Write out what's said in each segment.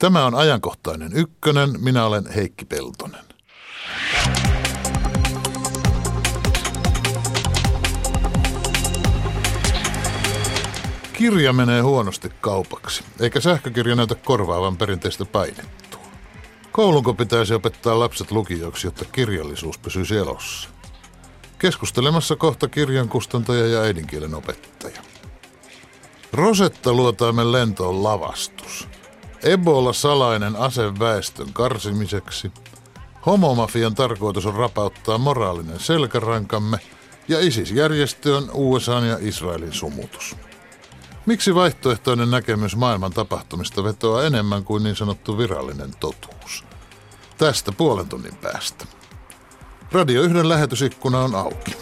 Tämä on ajankohtainen ykkönen. Minä olen Heikki Peltonen. Kirja menee huonosti kaupaksi, eikä sähkökirja näytä korvaavan perinteistä painettua. Koulunko pitäisi opettaa lapset lukijoiksi, jotta kirjallisuus pysyisi elossa? Keskustelemassa kohta kirjan kustantaja ja äidinkielen opettaja. Rosetta-luotaimen lentoon lavastus. Ebola salainen ase väestön karsimiseksi. Homomafian tarkoitus on rapauttaa moraalinen selkärankamme. Ja ISIS-järjestö on USA:n ja Israelin sumutus. Miksi vaihtoehtoinen näkemys maailman tapahtumista vetoaa enemmän kuin niin sanottu virallinen totuus? Tästä puolen tunnin päästä. Radio 1 lähetysikkuna on auki.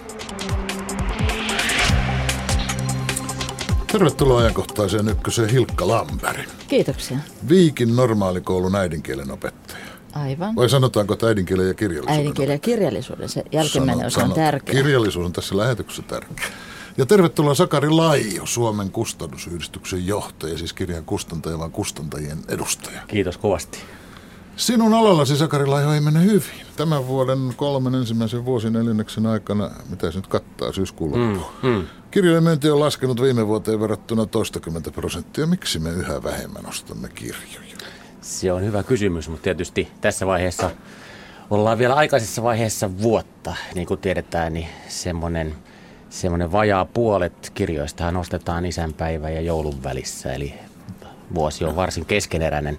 Tervetuloa ajankohtaiseen ykköseen Hilkka Lamberg. Kiitoksia. Viikin normaalikoulun äidinkielen opettaja. Aivan. Vai sanotaanko, että äidinkielen ja kirjallisuuden? Äidinkielen ja kirjallisuuden, se jälkimmäinen osa on tärkeä. Kirjallisuus on tässä lähetyksessä tärkeä. Ja tervetuloa Sakari Laiho, Suomen kustannusyhdistyksen johtaja, siis kirjan kustantaja, vaan kustantajien edustaja. Kiitos kovasti. Sinun alallasi, Sakari Laiho, ei mene hyvin. Tämän vuoden 3 ensimmäisen vuosineljänneksen aikana, mitä se nyt kattaa syyskuun loppuun. Kirjojen myynti on laskenut viime vuoteen verrattuna 20%. Miksi me yhä vähemmän ostamme kirjoja? Se on hyvä kysymys, mutta tietysti tässä vaiheessa ollaan vielä aikaisessa vaiheessa vuotta. Niin kuin tiedetään, niin semmoinen vajaa puolet kirjoistahan ostetaan isänpäivän ja joulun välissä, eli vuosi on varsin keskeneräinen.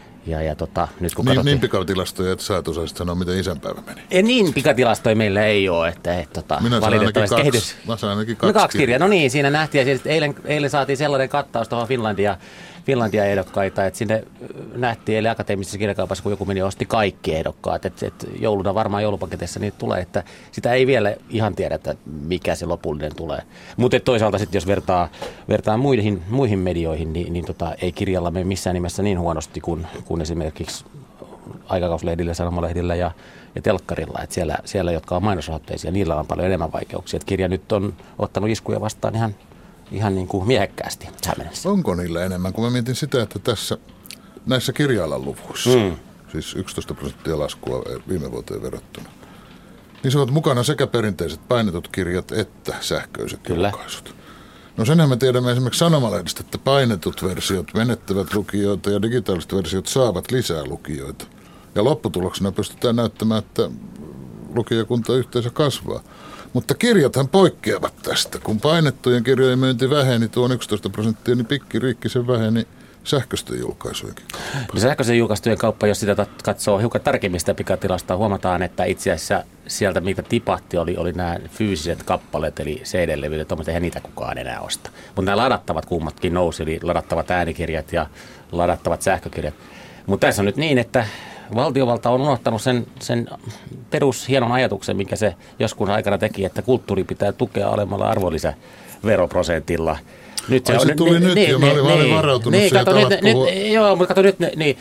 Nyt kun niin pikatilastoja, että sä et osaisit sanoa, miten isänpäivä meni. Niin pikatilastoja meillä ei ole, että minä valitettavasti kehitys. Mä sain ainakin kaksi kirjaa. No niin, siinä nähtiin, ja eilen saatiin sellainen kattaus tuohon Finlandia-ehdokkaita, että sinne nähtiin, eli akateemisessa kirjakaupassa, kun joku meni osti kaikki ehdokkaat, että jouluna varmaan joulupaketissa niitä tulee, että sitä ei vielä ihan tiedä, että mikä se lopullinen tulee. Mutta toisaalta sitten, jos vertaa muihin medioihin, niin ei kirjalla mene missään nimessä niin huonosti kuin esimerkiksi aikakauslehdillä, sanomalehdillä ja telkkarilla, että siellä, jotka on mainosrahoitteisia, niillä on paljon enemmän vaikeuksia. Että kirja nyt on ottanut iskuja vastaan ihan niin kuin miehekkäästi tähän mennessä. Onko niillä enemmän? Kun mä mietin sitä, että näissä kirja-alan luvuissa, siis 11% laskua viime vuoteen verrattuna, niin se on mukana sekä perinteiset painetut kirjat että sähköiset julkaisut. No senhän me tiedämme esimerkiksi sanomalehdistä, että painetut versiot menettävät lukijoita ja digitaaliset versiot saavat lisää lukijoita. Ja lopputuloksena pystytään näyttämään, että lukijakuntayhteisö kasvaa. Mutta kirjathan poikkeavat tästä. Kun painettujen kirjojen myynti väheni tuon 11%, niin pikkiriikkisen väheni sähköisten julkaisujenkin kauppa. No sähköisen julkaistujen kauppa, jos sitä katsoo hiukan tarkemmin sitä pikatilasta, huomataan, että itse asiassa sieltä, mitä tipahti, oli nämä fyysiset kappaleet, eli CD-levyt, että eihän niitä kukaan enää osta. Mutta nämä ladattavat kummatkin nousi, eli ladattavat äänikirjat ja ladattavat sähkökirjat. Mutta tässä on nyt niin, että valtiovalta on unohtanut sen perushienon ajatuksen, minkä se joskus aikana teki, että kulttuuri pitää tukea alemmalla arvonlisäveroprosentilla. Nyt se tuli nyt ja mä olin varautunut siihen joo, mutta kato nyt, niin.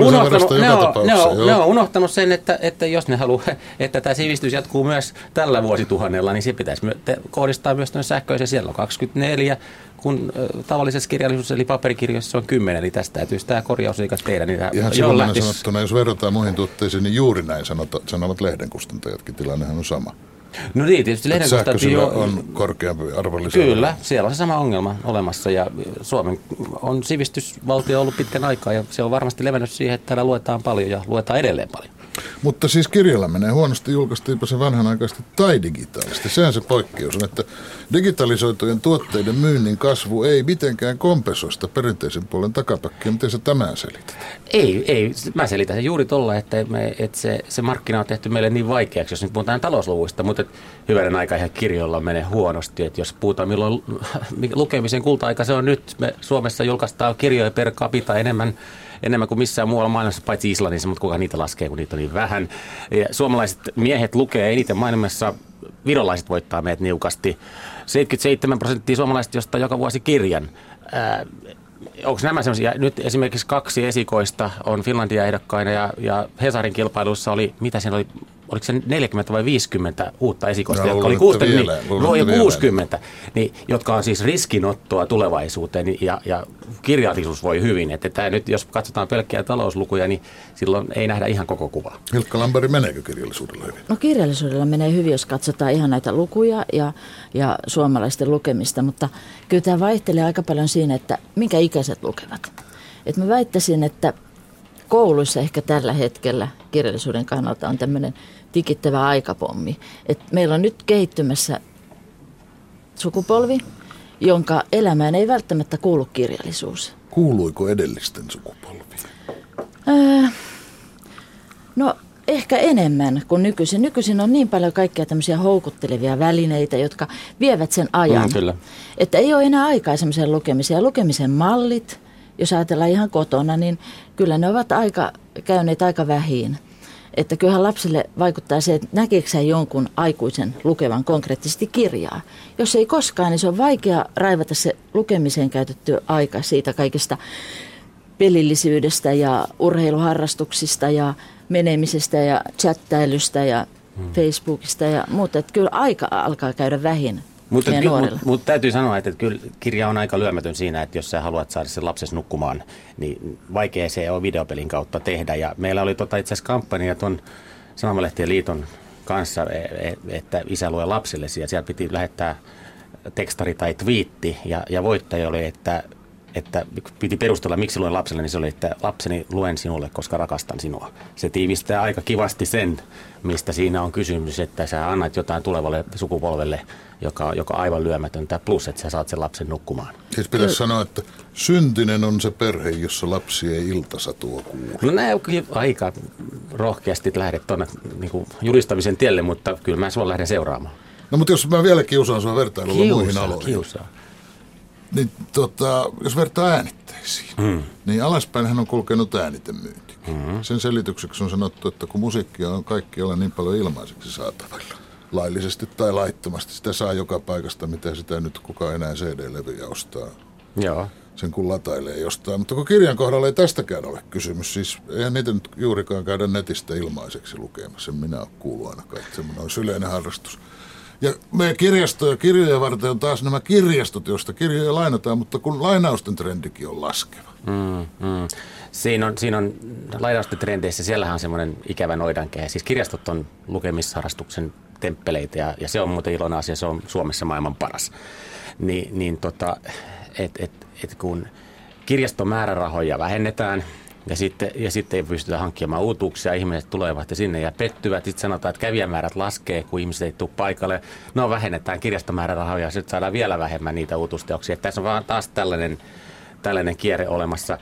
Ne on unohtanut sen, että jos ne haluaa, että tämä sivistys jatkuu myös tällä vuosituhannella, niin se pitäisi kohdistaa myös sähköisen. Siellä on 24, kun tavallisessa kirjallisuudessa eli paperikirjoissa on 10, eli tästä täytyy tämä korjausliikas tehdä. Niin ihan silloin sanottuna, jos verrataan muihin tuotteisiin, niin juuri näin sanovat lehdenkustantajatkin, tilannehan on sama. No niin, tietysti sähköisellä on korkeampi arvonlisävero. Kyllä, siellä on se sama ongelma olemassa ja Suomen on sivistysvaltio ollut pitkän aikaa ja se on varmasti levännyt siihen, että täällä luetaan paljon ja luetaan edelleen paljon. Mutta siis kirjalla menee huonosti, julkaistiinpa se vanhanaikaisesti tai digitaalisesti. Sehän se poikkeus on, että digitalisoitujen tuotteiden myynnin kasvu ei mitenkään kompensoi sitä perinteisen puolen takapakkia. Miten sä tämän selität? Ei. Mä selitän sen juuri tuolla, että se markkina on tehty meille niin vaikeaksi, jos nyt puhutaan talousluvuista, mutta hyvänen aika ihan kirjoilla menee huonosti. Että jos puhutaan milloin lukemisen kulta-aika se on nyt, me Suomessa julkaistaan kirjoja per capita enemmän kuin missään muualla maailmassa, paitsi Islannissa, mutta kuka niitä laskee, kun niitä on niin vähän. Ja suomalaiset miehet lukee eniten maailmassa, virolaiset voittaa meidät niukasti. 77% suomalaiset jostaa joka vuosi kirjan. Onko nämä sellaisia? Nyt esimerkiksi 2 esikoista on Finlandia-ehdokkaina ja Hesarin kilpailussa oli, mitä siinä oli, oliko se 40 vai 50 uutta esikosta, No, jotka oli luulen, 60, niin, jotka on siis riskinottoa tulevaisuuteen ja kirjallisuus voi hyvin. Että tämä nyt, jos katsotaan pelkkiä talouslukuja, niin silloin ei nähdä ihan koko kuvaa. Hilkka Lamberg, meneekö kirjallisuudella hyvin? No kirjallisuudella menee hyvin, jos katsotaan ihan näitä lukuja ja suomalaisten lukemista, mutta kyllä tämä vaihtelee aika paljon siinä, että minkä ikäiset lukevat. Et mä väittäisin, että kouluissa ehkä tällä hetkellä kirjallisuuden kannalta on tämmöinen tikittävä aikapommi. Et meillä on nyt kehittymässä sukupolvi, jonka elämään ei välttämättä kuulu kirjallisuus. Kuuluiko edellisten sukupolvien? No ehkä enemmän kuin nykyisin. Nykyisin on niin paljon kaikkia tämmöisiä houkuttelevia välineitä, jotka vievät sen ajan. Kyllä. Että ei ole enää aikaa semmoiseen lukemiseen. Ja lukemisen mallit, jos ajatellaan ihan kotona, niin kyllä ne ovat käyneet aika vähiin. Että kyllähän lapsille vaikuttaa se, että näkeekö hän jonkun aikuisen lukevan konkreettisesti kirjaa. Jos ei koskaan, niin se on vaikea raivata se lukemiseen käytetty aika siitä kaikesta pelillisyydestä ja urheiluharrastuksista ja menemisestä ja chattailusta ja Facebookista ja muuta. Että kyllä aika alkaa käydä vähin meidän nuorilla. Mutta täytyy sanoa, että kyllä kirja on aika lyömätön siinä, että jos sä haluat saada sen lapsesi nukkumaan, niin vaikea se on videopelin kautta tehdä. Ja meillä oli itse asiassa kampanja tuon Sanomalehtien liiton kanssa, että isä lue lapsillesi ja siellä piti lähettää tekstari tai twiitti ja voittaja oli, että piti perustella, miksi luen lapselle, niin se oli, että lapseni luen sinulle, koska rakastan sinua. Se tiivistää aika kivasti sen, mistä siinä on kysymys, että sä annat jotain tulevalle sukupolvelle, joka on aivan lyömätöntä, plus että sä saat sen lapsen nukkumaan. Siis pitäisi sanoa, että syntinen on se perhe, jossa lapsi ei iltasatua kuulu. No näin on aika rohkeasti lähdet tuonne niin julistamisen tielle, mutta kyllä mä sua lähden seuraamaan. No mutta jos mä vielä kiusaan sua vertailulla muihin aloihin. Kiusaa. Niin jos vertaa äänitteisiin, niin alaspäinhän on kulkenut äänitemyynti. Sen selitykseksi on sanottu, että kun musiikkia on kaikki olla niin paljon ilmaiseksi saatavilla, laillisesti tai laittomasti, sitä saa joka paikasta, mitä sitä nyt kukaan enää CD-levyjä ostaa. Joo. Sen kun latailee jostain. Mutta kun kirjan kohdalla ei tästäkään ole kysymys, siis eihän niitä nyt juurikaan käydä netistä ilmaiseksi lukemassa. Minä olen kuullut ainakaan, että semmoinen on yleinen harrastus. Ja meidän kirjoja varten on taas nämä kirjastot, joista kirjoja lainataan, mutta kun lainausten trendikin on laskeva. Siinä on lainausten trendeissä, siellähän on semmoinen ikävä noidankehä. Siis kirjastot on lukemisharrastuksen temppeleitä ja se on muuten iloinen asia, se on Suomessa maailman paras. Kun kirjastomäärärahoja vähennetään, ja sitten ei pystytä hankkimaan uutuuksia, ihmiset tulevat ja sinne ja pettyvät. Sitten sanotaan, että kävijämäärät laskee, kun ihmiset ei tule paikalle. No vähennetään kirjastomäärärahoja ja sitten saadaan vielä vähemmän niitä uutuusteoksia. Tässä on vaan taas tällainen kierre olemassa.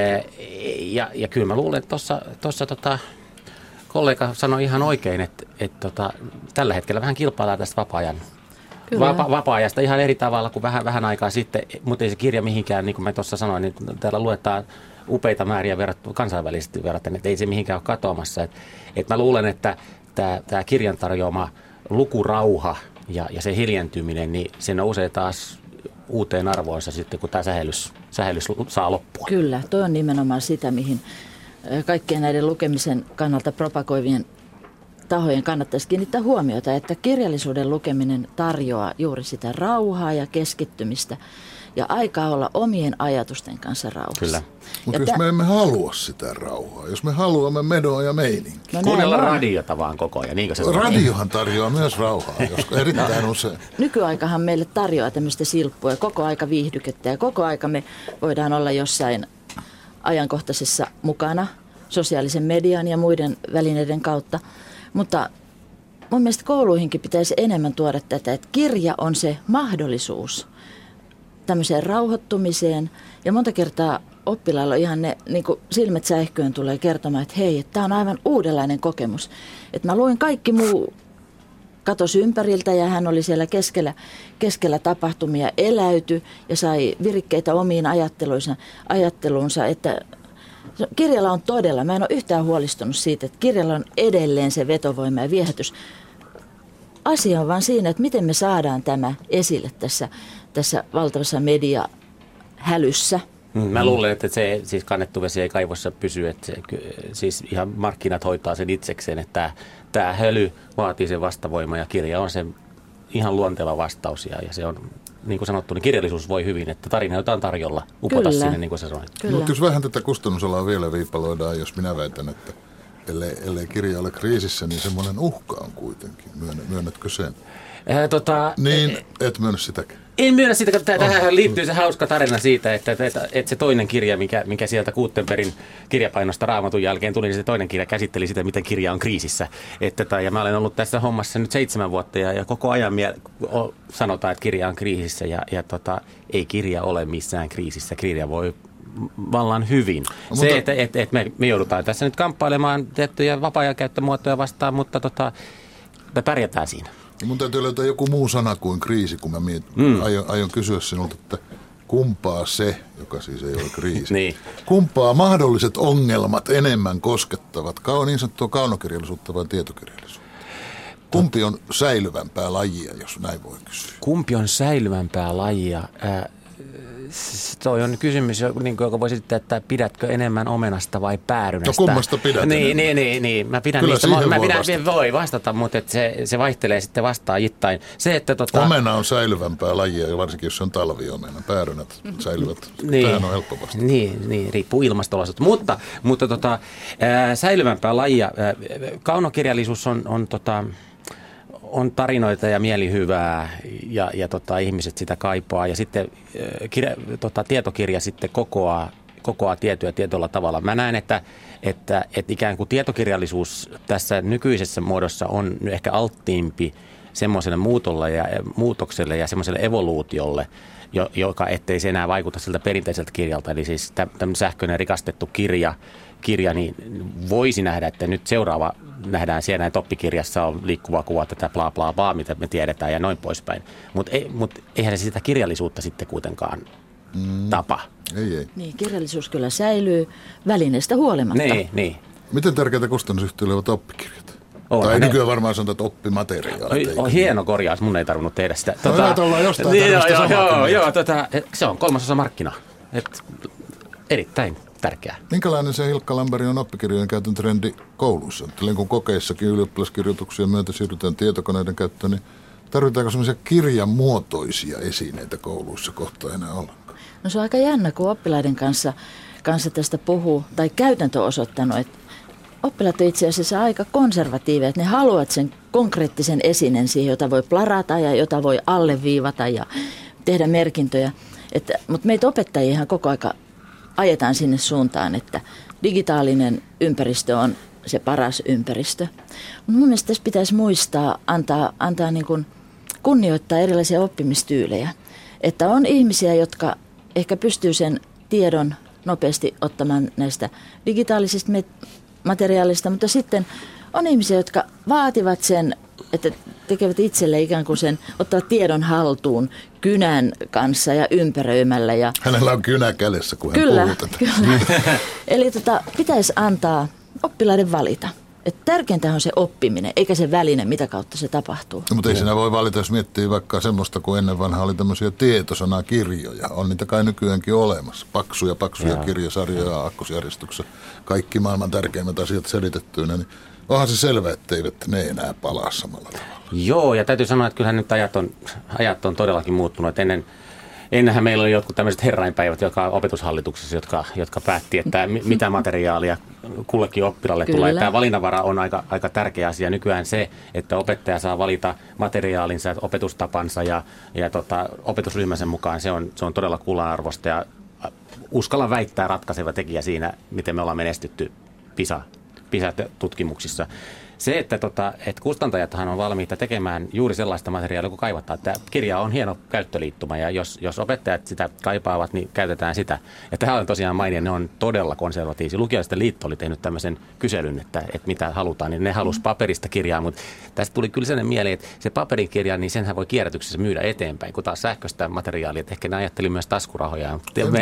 Ja kyllä mä luulen, että tuossa kollega sanoi ihan oikein, että tällä hetkellä vähän kilpaillaan tästä vapaa-ajasta ihan eri tavalla kuin vähän aikaa sitten. Mutta ei se kirja mihinkään, niin kuin mä tuossa sanoin, niin täällä luetaan upeita määriä kansainvälisesti verrattuna, että ei se mihinkään ole katoamassa. Et mä luulen, että tämä kirjan tarjoama lukurauha ja se hiljentyminen, niin se nousee taas uuteen arvoonsa sitten, kun tämä sähellys saa loppua. Kyllä, toi on nimenomaan sitä, mihin kaikkien näiden lukemisen kannalta propagoivien tahojen kannattaisi kiinnittää huomiota, että kirjallisuuden lukeminen tarjoaa juuri sitä rauhaa ja keskittymistä ja aikaa olla omien ajatusten kanssa rauhassa. Kyllä. Mutta jos me emme halua sitä rauhaa, jos me haluamme menoa ja meininkiä. Kuunnella radiota vaan koko ajan, niinkö se radiohan tarjoaa myös rauhaa, koska erittäin usein. Nykyaikahan meille tarjoaa tämmöistä silppua, koko aika viihdykettä ja koko aika me voidaan olla jossain ajankohtaisessa mukana sosiaalisen median ja muiden välineiden kautta. Mutta mun mielestä kouluihinkin pitäisi enemmän tuoda tätä, että kirja on se mahdollisuus tämmöiseen rauhoittumiseen. Ja monta kertaa oppilailla ihan ne niin kuin silmät säihkyyn tulee kertomaan, että hei, tämä on aivan uudenlainen kokemus. Että mä luin kaikki muu katosi ympäriltä ja hän oli siellä keskellä tapahtumia, eläyty ja sai virikkeitä omiin ajatteluunsa, että kirjalla on todella, mä en ole yhtään huolestunut siitä, että kirjalla on edelleen se vetovoima ja viehätys. Asia on vaan siinä, että miten me saadaan tämä esille tässä valtavassa mediahälyssä, Mä luulen, että se siis kannettu vesi ei kaivossa pysy, että se, siis ihan markkinat hoitaa sen itsekseen, että tämä höly vaatii sen vastavoiman ja kirja on se ihan luonteva vastaus ja se on, niin kuin sanottu, niin kirjallisuus voi hyvin, että tarinoita on tarjolla, upota sinne, niin kuin sä sanoit. Mutta jos vähän tätä kustannusalaa vielä viipaloidaan, jos minä väitän, että ellei kirja ole kriisissä, niin semmoinen uhka on kuitenkin. Myönnätkö sen? Niin, et myönnä sitäkään. En myönnä sitä, että tähän liittyy se hauska tarina siitä, että se toinen kirja, mikä sieltä Gutenbergin kirjapainosta Raamatun jälkeen tuli, niin se toinen kirja käsitteli sitä, miten kirja on kriisissä. Ja mä olen ollut tässä hommassa nyt 7 vuotta ja koko ajan sanotaan, että kirja on kriisissä ja ei kirja ole missään kriisissä. Kirja voi vallan hyvin. No, se, että me joudutaan tässä nyt kamppailemaan tiettyjä vapaa-ajan käyttömuotoja vastaan, mutta me pärjätään siinä. Mun täytyy löytää joku muu sana kuin kriisi, kun mä aion kysyä sinulta, että kumpaa se, joka siis ei ole kriisi, niin. Kumpaa mahdolliset ongelmat enemmän koskettavat, niin sanottua kaunokirjallisuutta vai tietokirjallisuutta? Kumpi on säilyvämpää lajia, jos näin voi kysyä? Kumpi on säilyvämpää lajia? Toi on kysymys, joka voi esittää, että pidätkö enemmän omenasta vai päärynästä? No kummasta pidät Niin. Mä pidän kyllä niistä. Voi vastata, mutta se vaihtelee sitten vastaajittain. Omena on säilyvämpää lajia, ja varsinkin jos se on talviomena. Päärynät säilyvät. Niin, tämähän on helppo vastata. Niin, riippuu ilmasto-olosuhteista. Mutta säilyvämpää lajia. Kaunokirjallisuus on tarinoita ja mielihyvää ja ihmiset sitä kaipaa ja sitten tietokirja sitten kokoaa tietoja tietyllä tavalla. Mä näen, että ikään kuin tietokirjallisuus tässä nykyisessä muodossa on ehkä alttiimpi semmoiselle muutokselle ja semmoiselle evoluutiolle, joka ettei se enää vaikuta siltä perinteiseltä kirjalta. Eli siis tämmöinen sähköinen rikastettu kirja, niin voisi nähdä, että nyt seuraava nähdään siellä oppikirjassa on liikkuva kuva tätä bla bla bla, mitä me tiedetään ja noin poispäin. Mutta eihän se sitä kirjallisuutta sitten kuitenkaan tapa. Ei. Niin, kirjallisuus kyllä säilyy välineestä huolimatta. Niin. Miten tärkeitä kustannusyhtiöille ovat oppikirjat? Tai nykyään varmaan sanotaan, että oppimateriaalit. Hieno korjaus, mun ei tarvinnut tehdä sitä. Ajatellaan jostain tämmöistä samaa. Se on 3/3 markkina. Erittäin tärkeää. Minkälainen se Hilkka Lamberg on oppikirjojen käytön trendi kouluissa? Kun kokeissakin ylioppilaskirjoituksia myötä siirrytään tietokoneiden käyttöön, niin tarvitaanko sellaisia kirjamuotoisia esineitä kouluissa kohta enää ollenkaan? No se on aika jännä, kun oppilaiden kanssa tästä puhuu, tai käytäntö on osoittanut, että oppilaat on itse asiassa aika konservatiiveja, että ne haluavat sen konkreettisen esinen siihen, jota voi plarata ja jota voi alleviivata ja tehdä merkintöjä. Mutta meitä opettajia ihan koko aika ajetaan sinne suuntaan, että digitaalinen ympäristö on se paras ympäristö. Mun mielestä tässä pitäisi muistaa antaa niin kuin kunnioittaa erilaisia oppimistyylejä. Että on ihmisiä, jotka ehkä pystyy sen tiedon nopeasti ottamaan näistä digitaalisista materiaalista, mutta sitten on ihmisiä, jotka vaativat sen, että tekevät itselle ikään kuin sen, ottavat tiedon haltuun kynän kanssa ja ympäröimällä. Ja hänellä on kynä kädessä, kun hän puhuu tätä. Kyllä. Eli pitäisi antaa oppilaiden valita. Että tärkeintä on se oppiminen, eikä se väline, mitä kautta se tapahtuu. No, mutta ei siinä voi valita, jos miettii vaikka semmoista, kun ennen vanhaa oli tämmöisiä tietosanakirjoja. On niitä kai nykyäänkin olemassa. Paksuja kirjasarjoja aakkosjärjestyksessä. Kaikki maailman tärkeimmät asiat selitettyinä. Niin onhan se selvä, etteivät ne enää palaa samalla tavalla. Joo, ja täytyy sanoa, että kyllähän nyt ajat on todellakin muuttunut. Ennenhän meillä oli jotkut tämmöiset herrainpäivät, jotka on opetushallituksessa, jotka päätti, että mitä materiaalia kullekin oppilaalle tulee. Tämä valinnanvara on aika tärkeä asia. Nykyään se, että opettaja saa valita materiaalinsa, opetustapansa ja opetusryhmänsä mukaan, se on todella kullanarvoista ja uskallan väittää ratkaiseva tekijä siinä, miten me ollaan menestytty PISA-tutkimuksissa. Se, että kustantajathan on valmiita tekemään juuri sellaista materiaalia, kun kaivataan. Tämä kirja on hieno käyttöliittymä ja jos opettajat sitä kaipaavat, niin käytetään sitä. Ja tähän on tosiaan mainio, ne on todella konservatiivisia. Lukiolaisten liitto oli tehnyt tämmöisen kyselyn, että mitä halutaan, niin ne halusi paperista kirjaa, mutta tästä tuli kyllä sellainen mieli, että se paperin kirja, niin senhän voi kierrätyksessä myydä eteenpäin, kun taas sähköistä materiaalia, että ehkä ne ajatteli myös taskurahoja.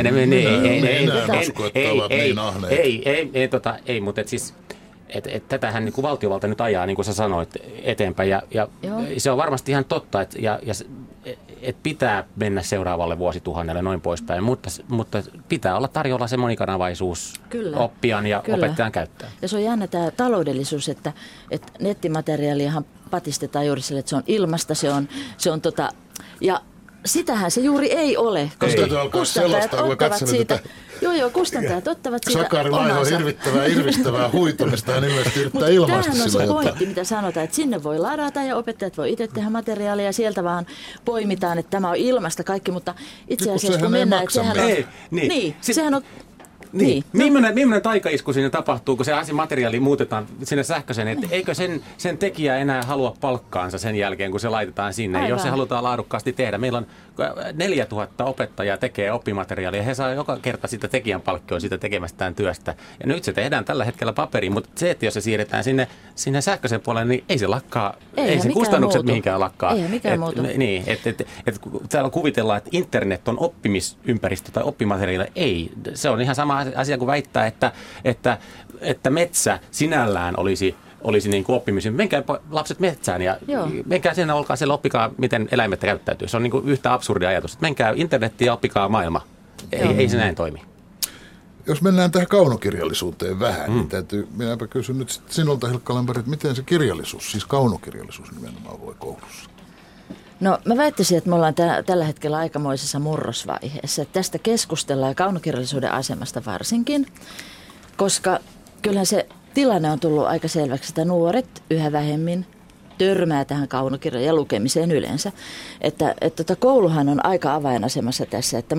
Ei, mutta siis tätähän niin kuin valtiovalta nyt ajaa, niin kuin sä sanoit, eteenpäin. Ja se on varmasti ihan totta. pitää mennä seuraavalle vuosituhannelle noin poispäin, mutta pitää olla tarjolla se monikanavaisuus oppijan ja opettajan käyttöön. Ja se on jännä tämä taloudellisuus, että nettimateriaaliahan patistetaan juuri sille, että se on ilmasta, se on ja sitähän se juuri ei ole, koska kustantajat ottavat siitä. Kustantajat ottavat siitä Sakari Laiho hirvittävää huitumista, hän ilmeisesti yrittää ilmaista sillä sillä jotain. Tämähän on se pointti, mitä sanotaan, että sinne voi ladata ja opettajat voi itse tehdä materiaalia ja sieltä vaan poimitaan, että tämä on ilmasta kaikki, mutta itse asiassa kun mennään, että sehän on... sehän on... Niin. Millainen taikaisku siinä tapahtuu, kun se materiaali muutetaan sinne sähköiseen, että eikö sen tekijä enää halua palkkaansa sen jälkeen, kun se laitetaan sinne, aivan, jos se halutaan laadukkaasti tehdä. Meillä on 4000 opettajaa tekee oppimateriaalia ja he saa joka kerta sitä tekijän palkkioa siitä tekemästään työstä. Ja nyt se tehdään tällä hetkellä paperiin, mutta se, että jos se siirretään sinne sähköiseen puolelle, niin ei se lakkaa, ei se kustannukset muutu mihinkään lakkaa. Ei mikään muutu. Niin, täällä kuvitellaan, että internet on oppimisympäristö tai oppimateriaali. Ei, se on ihan sama asia kuin väittää, että metsä sinällään olisi niin kuin oppimisen. Menkää lapset metsään ja menkää sinne, olkaa siellä, oppikaa, miten eläimet käyttäytyy. Se on niin kuin yhtä absurdi ajatus. Menkää internettiin ja oppikaa maailma. Ei se näin toimi. Jos mennään tähän kaunokirjallisuuteen vähän, niin minäpä kysyn nyt sinulta, Hilkka Lamberg, että miten se kirjallisuus, siis kaunokirjallisuus nimenomaan voi koulussa? No mä väittäisin, että me ollaan tällä hetkellä aikamoisessa murrosvaiheessa. Tästä keskustellaan kaunokirjallisuuden asemasta varsinkin, koska kyllähän se tilanne on tullut aika selväksi, että nuoret yhä vähemmin törmää tähän kaunokirjaan ja lukemiseen yleensä. Että kouluhan on aika avainasemassa tässä, että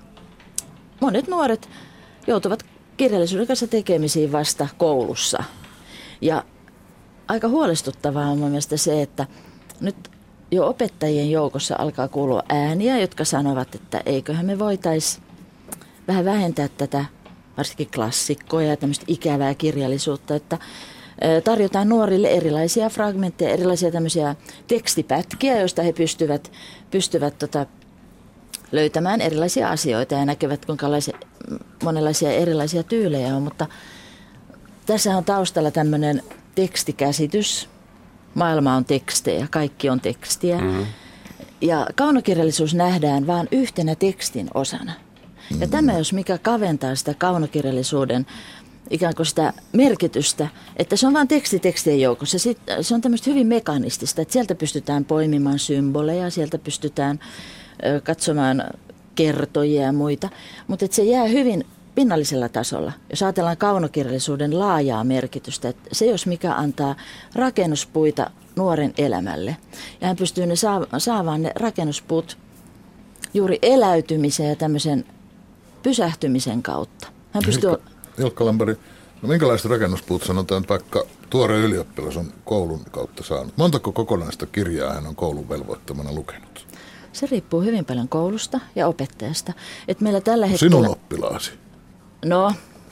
monet nuoret joutuvat kirjallisuuden kanssa tekemisiin vasta koulussa. Ja aika huolestuttavaa on mun mielestä se, että nyt jo opettajien joukossa alkaa kuulua ääniä, jotka sanovat, että eiköhän me voitaisiin vähän vähentää tätä varsinkin klassikkoja ja tämmöistä ikävää kirjallisuutta, että tarjotaan nuorille erilaisia fragmentteja, erilaisia tämmöisiä tekstipätkiä, joista he pystyvät löytämään erilaisia asioita ja näkevät, kuinka monenlaisia erilaisia tyylejä on, mutta tässä on taustalla tämmöinen tekstikäsitys. Maailma on tekstejä, kaikki on tekstiä. Mm-hmm. Ja kaunokirjallisuus nähdään vain yhtenä tekstin osana. Mm-hmm. Ja tämä, jos mikä kaventaa sitä kaunokirjallisuuden ikään kuin sitä merkitystä, että se on vain tekstien joukossa. Se on tämmöistä hyvin mekanistista, että sieltä pystytään poimimaan symboleja, sieltä pystytään katsomaan kertojia ja muita. Mutta se jää hyvin pinnallisella tasolla, jos ajatellaan kaunokirjallisuuden laajaa merkitystä, että se jos mikä antaa rakennuspuita nuoren elämälle. Ja hän pystyy saamaan ne rakennuspuut juuri eläytymisen ja tämmöisen pysähtymisen kautta. Hän pystyy... Hilkka Lamberg, no minkälaiset rakennuspuut sanotaan, että vaikka tuore ylioppilas on koulun kautta saanut? Montako kokonaista kirjaa hän on koulun velvoittamana lukenut? Se riippuu hyvin paljon koulusta ja opettajasta. Että meillä tällä hetkellä... Sinun oppilaasi? No,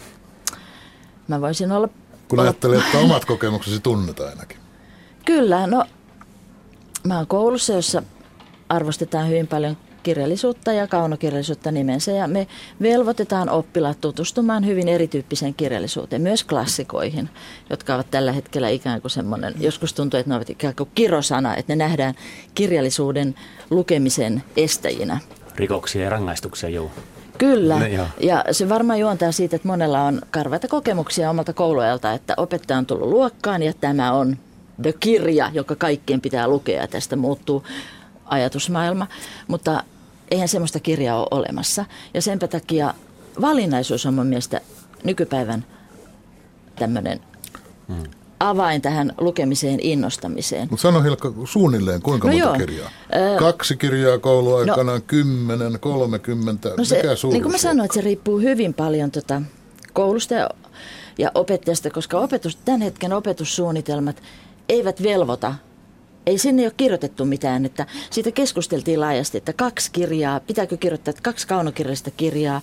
mä voisin olla... Kun ajattelee, että omat kokemuksesi tunnetaan ainakin. Kyllä, no mä oon koulussa, jossa arvostetaan hyvin paljon kirjallisuutta ja kaunokirjallisuutta nimensä. Ja me velvoitetaan oppilaat tutustumaan hyvin erityyppiseen kirjallisuuteen, myös klassikoihin, jotka ovat tällä hetkellä ikään kuin semmoinen, joskus tuntuu, että ne ovat ikään kuin kirosana, että ne nähdään kirjallisuuden lukemisen estäjinä. Rikoksia ja rangaistuksia, joo. Kyllä, ja se varmaan juontaa siitä, että monella on karvaita kokemuksia omalta kouluajalta, että opettaja on tullut luokkaan ja tämä on the kirja, joka kaikkien pitää lukea ja tästä muuttuu ajatusmaailma, mutta eihän semmoista kirjaa ole olemassa. Ja senpä takia valinnaisuus on mun mielestä nykypäivän tämmöinen avain tähän lukemiseen innostamiseen. Mutta sano Hilkka suunnilleen, kuinka monta kirjaa? 2 kirjaa kouluaikana, 10, 30, mikä suuruus? Niin kuin mä sanoin, että se riippuu hyvin paljon koulusta ja opettajasta, koska tämän hetken opetussuunnitelmat eivät velvoita. Ei sinne ole kirjoitettu mitään, että siitä keskusteltiin laajasti, että 2 kirjaa, pitääkö kirjoittaa 2 kaunokirjallista kirjaa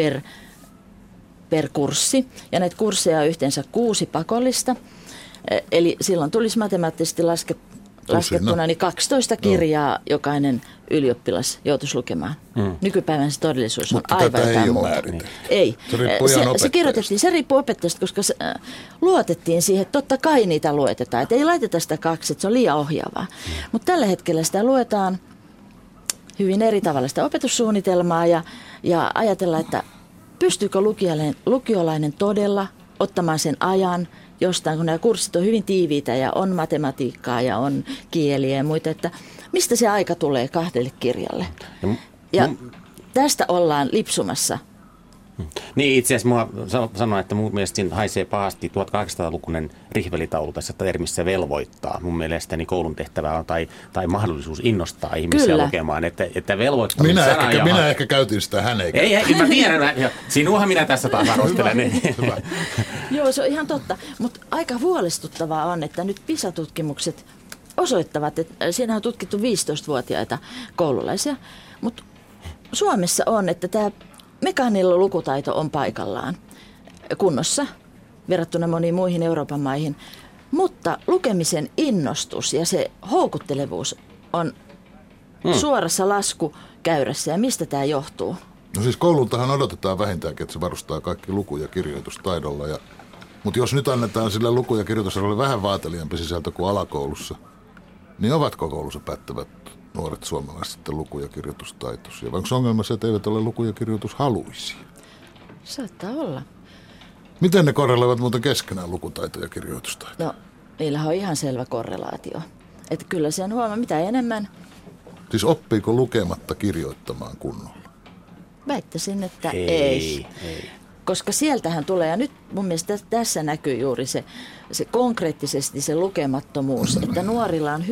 per kurssi. Ja näitä kursseja on yhteensä 6 pakollista. Eli silloin tulisi matemaattisesti laskettuna niin 12 kirjaa jokainen ylioppilas joutuisi lukemaan. Nykypäivän se todellisuus on aivan jotain muuta. Ei. Se riippuu opettajasta, koska luotettiin siihen, että totta kai niitä luetetaan. Että ei laiteta sitä 2, että se on liian ohjaavaa. Mutta tällä hetkellä sitä luetaan hyvin eri tavalla sitä opetussuunnitelmaa ja ajatella, että pystyykö lukiolainen todella ottamaan sen ajan jostain, kun nämä kurssit on hyvin tiiviitä ja on matematiikkaa ja on kieliä ja muita, että mistä se aika tulee 2 kirjalle. Ja tästä ollaan lipsumassa. Niin, itse asiassa mua sanoa, että mun mielestä siinä haisee pahasti 1800-lukuinen rihvelitaulu tässä termissä velvoittaa. Mun mielestäni koulun tehtävä on tai mahdollisuus innostaa ihmisiä Kyllä. lukemaan, että velvoittaminen minä ehkä käytin sitä, hän ei. Ei, mä tiedän. Sinuahan minä tässä taas arvostelen. Hyvä. Joo, se on ihan totta, mutta aika huolestuttavaa on, että nyt PISA-tutkimukset osoittavat, että siinä on tutkittu 15-vuotiaita koululaisia, mutta Suomessa on, että tämä mekaaninen lukutaito on paikallaan kunnossa verrattuna moniin muihin Euroopan maihin, mutta lukemisen innostus ja se houkuttelevuus on suorassa laskukäyrässä. Ja mistä tämä johtuu? No siis koulultahan odotetaan vähintäänkin, että se varustaa kaikki luku- ja kirjoitustaidolla. Mutta jos nyt annetaan sille luku- ja kirjoitustaidolle vähän vaateliaampi sisältö kuin alakoulussa, niin ovatko koulussa päättävät nuoret suomalaiset sitten luku- ja kirjoitustaitoisia? Vai onko ongelma se, että eivät ole luku- ja kirjoitushaluisia? Saattaa olla. Miten ne korreloivat muuten keskenään lukutaito ja kirjoitustaito? No, niillähän on ihan selvä korrelaatio. Että kyllä sen huomaa, mitä enemmän. Siis oppiiko lukematta kirjoittamaan kunnolla? Väittäisin, että ei. Koska sieltähän tulee, ja nyt mun mielestä tässä näkyy juuri se konkreettisesti se lukemattomuus, että nuorilla on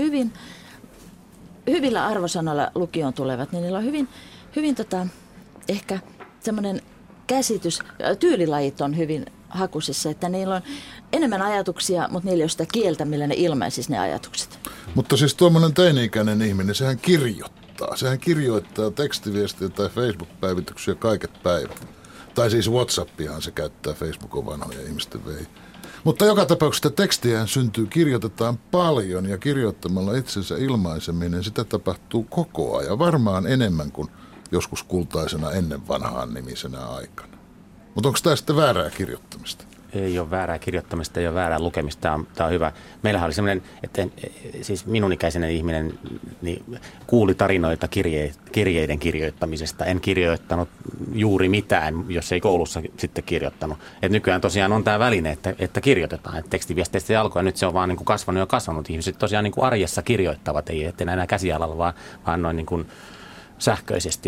hyvillä arvosanoilla lukioon tulevat, niin niillä on hyvin ehkä semmoinen käsitys, tyylilajit on hyvin hakusissa, että niillä on enemmän ajatuksia, mutta niillä ei ole sitä kieltä, millä ne ilmaisisi ne ajatukset. Mutta siis tuommoinen teini-ikäinen ihminen, sehän kirjoittaa. Sehän kirjoittaa tekstiviestiä tai Facebook-päivityksiä kaiket päivät. Tai siis WhatsAppiaan se käyttää, Facebook on vanhoja ihmisten vei. Mutta joka tapauksessa tekstiään syntyy, kirjoitetaan paljon ja kirjoittamalla itsensä ilmaiseminen, sitä tapahtuu koko ajan. Varmaan enemmän kuin joskus kultaisena ennen vanhaan nimisenä aikana. Mutta onko tämä sitten väärää kirjoittamista? Ei ole väärää kirjoittamista, ei ole väärää lukemista. Tämä on hyvä. Meillähän oli sellainen, että siis minun ikäisenen ihminen niin kuuli tarinoita kirjeiden kirjoittamisesta. En kirjoittanut juuri mitään, jos ei koulussa sitten kirjoittanut. Et nykyään tosiaan on tämä väline, että kirjoitetaan. Et tekstiviesteistä se alkoi ja nyt se on vaan niin kuin kasvanut ja kasvanut. Ihmiset tosiaan niin kuin arjessa kirjoittavat, ei enää käsialalla, vaan noin niin kuin sähköisesti.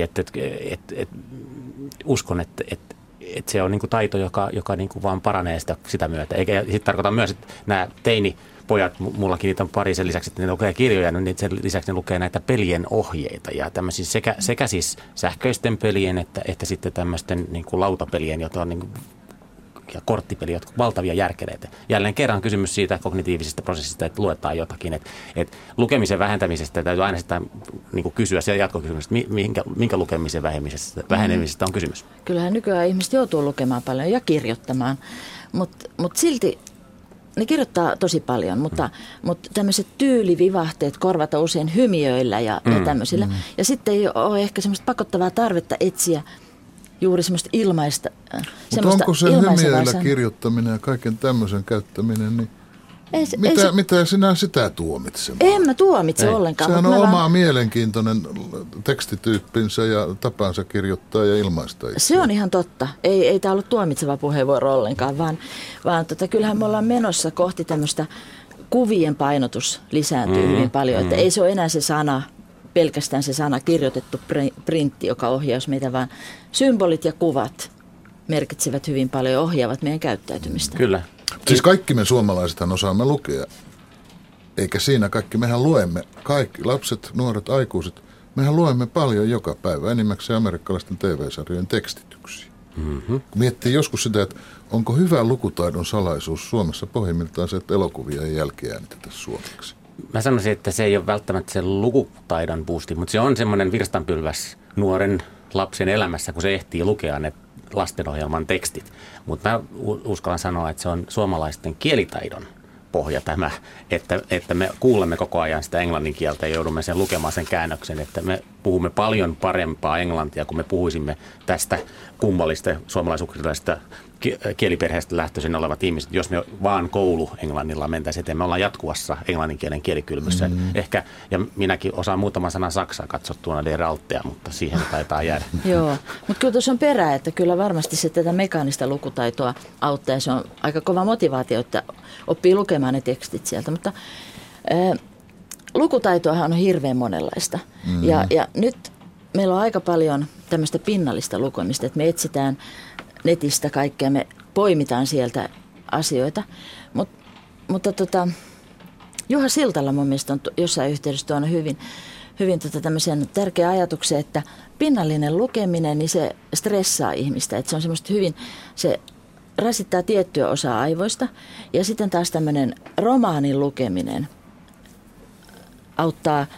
Uskon, että se on niin kuin taito, joka niin kuin vaan paranee sitä myötä. Eikä sitten tarkoita myös, että nämä teinipojat, mullakin niitä on pari sen lisäksi, että ne lukee kirjoja, niin sen lisäksi ne lukee näitä pelien ohjeita ja tämmöisiä sekä siis sähköisten pelien että sitten tämmöisten niin kuin lautapelien, joita on niin kuin, ja korttipeli, jotka ovat valtavia järkeleitä. Jälleen kerran kysymys siitä kognitiivisesta prosessista, että luetaan jotakin. Että lukemisen vähentämisestä täytyy aina sitä niin kuin kysyä siellä jatkokysymystä, minkä lukemisen vähenemisestä on kysymys. Kyllähän nykyään ihmiset joutuu lukemaan paljon ja kirjoittamaan, mutta silti ne kirjoittaa tosi paljon, mutta tämmöiset tyylivivahteet korvata usein hymiöillä ja tämmöisillä. Ja sitten ei ole ehkä semmoista pakottavaa tarvetta etsiä juuri semmoista ilmaista. Mutta onko se hymiöillä kirjoittaminen ja kaiken tämmöisen käyttäminen, niin mitä sinä sitä tuomitsemaan? En mä tuomitse ollenkaan. Sehän on oma mielenkiintoinen tekstityyppinsä ja tapansa kirjoittaa ja ilmaista itseään. Se on ihan totta. Ei tämä ollut tuomitseva puheenvuoro ollenkaan, vaan kyllähän me ollaan menossa kohti tämmöistä kuvien painotus lisääntyy hyvin paljon. Että ei se ole enää se sana, pelkästään se sana kirjoitettu printti, joka ohjaisi meitä, vaan symbolit ja kuvat merkitsevät hyvin paljon ja ohjaavat meidän käyttäytymistä. Kyllä. Siis kaikki me suomalaisethan osaamme lukea, eikä siinä kaikki. Mehän luemme, kaikki lapset, nuoret, aikuiset, mehän luemme paljon joka päivä, enimmäkseen amerikkalaisten TV-sarjojen tekstityksiä. Kun miettii joskus sitä, että onko hyvä lukutaidon salaisuus Suomessa pohjimmiltaan se, että elokuvia ei jälkiäänitetä suomeksi. Mä sanoisin, että se ei ole välttämättä se lukutaidon boosti, mutta se on semmoinen virstanpylväs nuoren lapsen elämässä, kun se ehtii lukea ne lastenohjelman tekstit. Mutta mä uskallan sanoa, että se on suomalaisten kielitaidon pohja tämä, että me kuulemme koko ajan sitä englannin kieltä ja joudumme sen lukemaan sen käännöksen, että me puhumme paljon parempaa englantia, kun me puhuisimme tästä kummallista suomalaisukraisesta kieliperheestä lähtöisin olevat ihmiset, jos me vaan kouluenglannilla mentäisiin eteen. Me ollaan jatkuvassa englanninkielen kielikylmyssä. Ehkä, ja minäkin osaan muutaman sanan saksaa katsottuna de Raltea, mutta siihen taitaa jäädä. Joo, mutta kyllä tuossa on perää, että kyllä varmasti se tätä mekaanista lukutaitoa auttaa ja se on aika kova motivaatio, että oppii lukemaan ne tekstit sieltä, mutta lukutaitoahan on hirveän monenlaista ja nyt meillä on aika paljon tämmöistä pinnallista lukemista, että me etsitään netistä kaikkea, me poimitaan sieltä asioita, mutta Juha Siltala mun mielestä on jossain yhteydessä tuonut hyvin tämmöisen tärkeä ajatuksen, että pinnallinen lukeminen, niin se stressaa ihmistä, että se on semmoista se rasittaa tiettyä osaa aivoista ja sitten taas tämmöinen romaanin lukeminen auttaa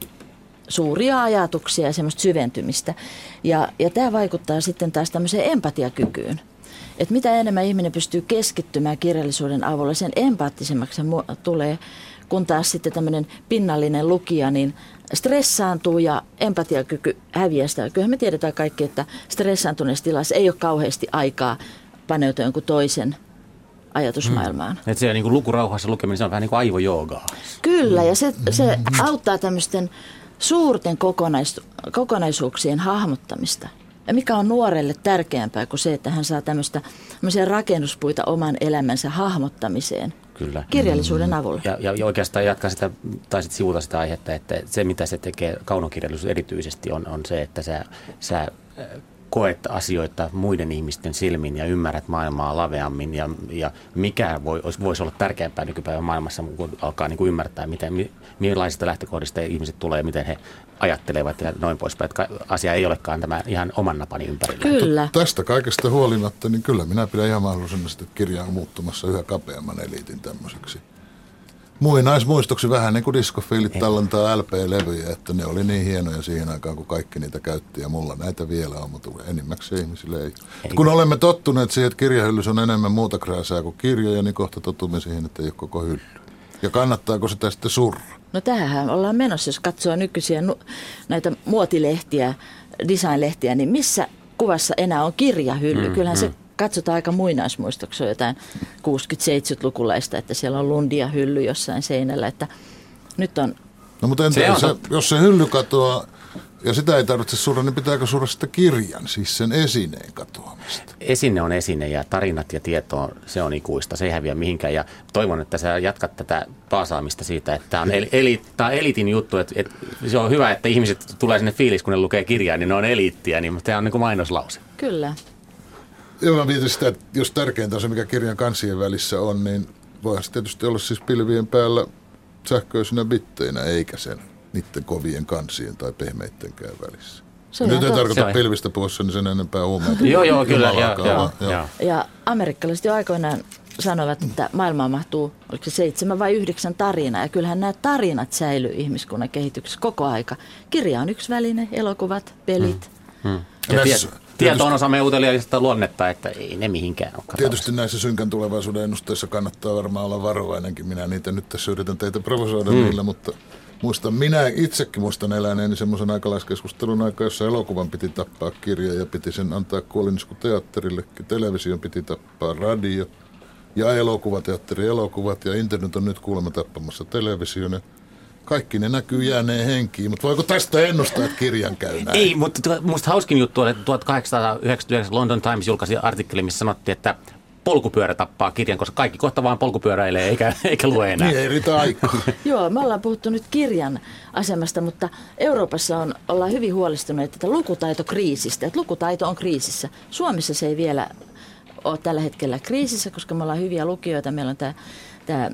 suuria ajatuksia ja semmoista syventymistä. Ja tämä vaikuttaa sitten taas tämmöiseen empatiakykyyn. Että mitä enemmän ihminen pystyy keskittymään kirjallisuuden avulla, sen empaattisemmaksi se tulee, kun taas sitten tämmöinen pinnallinen lukija niin stressaantuu ja empatiakyky häviää sitä. Kyllähän me tiedetään kaikki, että stressaantuneessa tilassa ei ole kauheasti aikaa paneutua jonkun toisen ajatusmaailmaan. Että se niin kuin lukurauhassa lukeminen, se on vähän niin kuin aivojoogaa. Kyllä, ja se auttaa tämmöisten suurten kokonaisuuksien hahmottamista. Ja mikä on nuorelle tärkeämpää kuin se, että hän saa tämmöisiä rakennuspuita oman elämänsä hahmottamiseen. Kyllä. Kirjallisuuden avulla. Ja oikeastaan jatkaa sitä, tai sitten sivuta sitä aihetta, että se mitä se tekee kaunokirjallisuus erityisesti on se, että sä koet asioita muiden ihmisten silmin ja ymmärrät maailmaa laveammin ja mikä voisi olla tärkeämpää nykypäivän maailmassa, kun alkaa niin kuin ymmärtää, millaisista lähtökohdista ihmiset tulee ja miten he ajattelevat ja noin poispäin. Että asia ei olekaan tämä ihan oman napani ympärillä. Kyllä. Tästä kaikesta huolimatta, niin kyllä minä pidän ihan mahdollisena, että kirja on muuttumassa yhä kapeamman eliitin tämmöiseksi muinaismuistoksi, vähän niin kuin diskofiilit tallentaa LP-levyjä, että ne oli niin hienoja siihen aikaan, kun kaikki niitä käytti ja mulla näitä vielä on, mutta enimmäkseen ihmisille ei. Kun olemme tottuneet siihen, että kirjahyllyssä on enemmän muuta krääsää kuin kirjoja, niin kohta totumme siihen, että ei ole koko hylly. Ja kannattaako sitä sitten surra? No tähän ollaan menossa, jos katsoo nykyisiä näitä muotilehtiä, designlehtiä, niin missä kuvassa enää on kirjahylly? Kyllähän se katsotaan aika muinaismuistoksi, on jotain 60-70-lukulaista, että siellä on Lundia hylly jossain seinällä, että nyt on... No mutta jos se hylly katoaa ja sitä ei tarvitse surra, niin pitääkö surra sitä kirjan, siis sen esineen katoamista? Esine on esine ja tarinat ja tieto, se on ikuista, se ei häviä mihinkään ja toivon, että sä jatkat tätä paasaamista siitä, että tämä on eliitin juttu, että se on hyvä, että ihmiset tulee sinne fiilis, kun ne lukee kirjaa, niin ne on eliittiä, niin tämä on niin kuin mainoslause. Kyllä. Joo, mä mietin sitä, että jos tärkeintä on se, mikä kirjan kansien välissä on, niin voihan se tietysti olla siis pilvien päällä sähköisinä bitteinä, eikä sen niiden kovien kansien tai pehmeittenkään välissä. Nyt ei tarkoita pilvistä puhuessa, niin sen enempää huumeita. Joo, kyllä. Ja amerikkalaiset jo aikoinaan sanoivat, että maailmaan mahtuu, oliko se 7 vai 9 tarinaa, ja kyllähän nämä tarinat säilyy ihmiskunnan kehityksessä koko aika. Kirja on yksi väline, elokuvat, pelit. Tieto on osa meidän uteliaista luonnetta, että ei ne mihinkään ole. Tietysti näissä synkän tulevaisuuden ennusteissa kannattaa varmaan olla varovainenkin. Minä niitä nyt tässä yritän teitä provosoida niillä, mutta minä itsekin muistan eläneeni semmoisen aikalaiskeskustelun aikaa, jossa elokuvan piti tappaa kirja ja piti sen antaa kuoliniskuteatterillekin. Television piti tappaa radio ja elokuvateatteri elokuvat ja internet on nyt kuulemma tappamassa television. Kaikki ne näkyy jääneen henkiin, mutta voiko tästä ennustaa, että kirjan käy näin? Ei, mutta musta hauskin juttu on, että 1899 London Times julkaisi artikkeli, missä sanottiin, että polkupyörä tappaa kirjan, koska kaikki kohta vaan polkupyöräilee eikä lue enää. Niin, ei riitä aikaa. Joo, me ollaan puhuttu nyt kirjan asemasta, mutta Euroopassa ollaan hyvin huolestuneita tätä lukutaitokriisistä, että lukutaito on kriisissä. Suomessa se ei vielä ole tällä hetkellä kriisissä, koska me ollaan hyviä lukijoita, meillä on tämä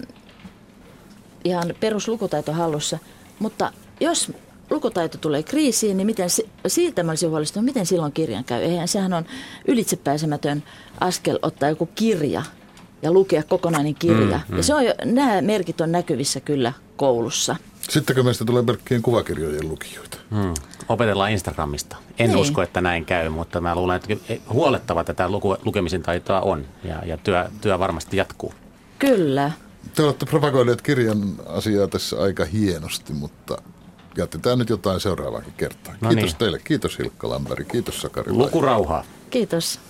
ihan peruslukutaito hallussa, mutta jos lukutaito tulee kriisiin, niin siitä mä olisin huolestunut, miten silloin kirjan käy. Eihän sehän on ylitsepääsemätön askel ottaa joku kirja ja lukea kokonainen kirja. Ja nämä merkit on näkyvissä kyllä koulussa. Sittenkö meistä tulee pelkkien kuvakirjojen lukijoita? Opetellaan Instagramista. En usko, että näin käy, mutta mä luulen, että huolettava tätä lukemisen taitoa on ja työ varmasti jatkuu. Kyllä. Te olette propagoineet kirjan asiaa tässä aika hienosti, mutta jätetään nyt jotain seuraavaankin kertaan. No Kiitos niin. teille. Kiitos Hilkka Lamberg. Kiitos Sakari. Lukurauhaa. Kiitos.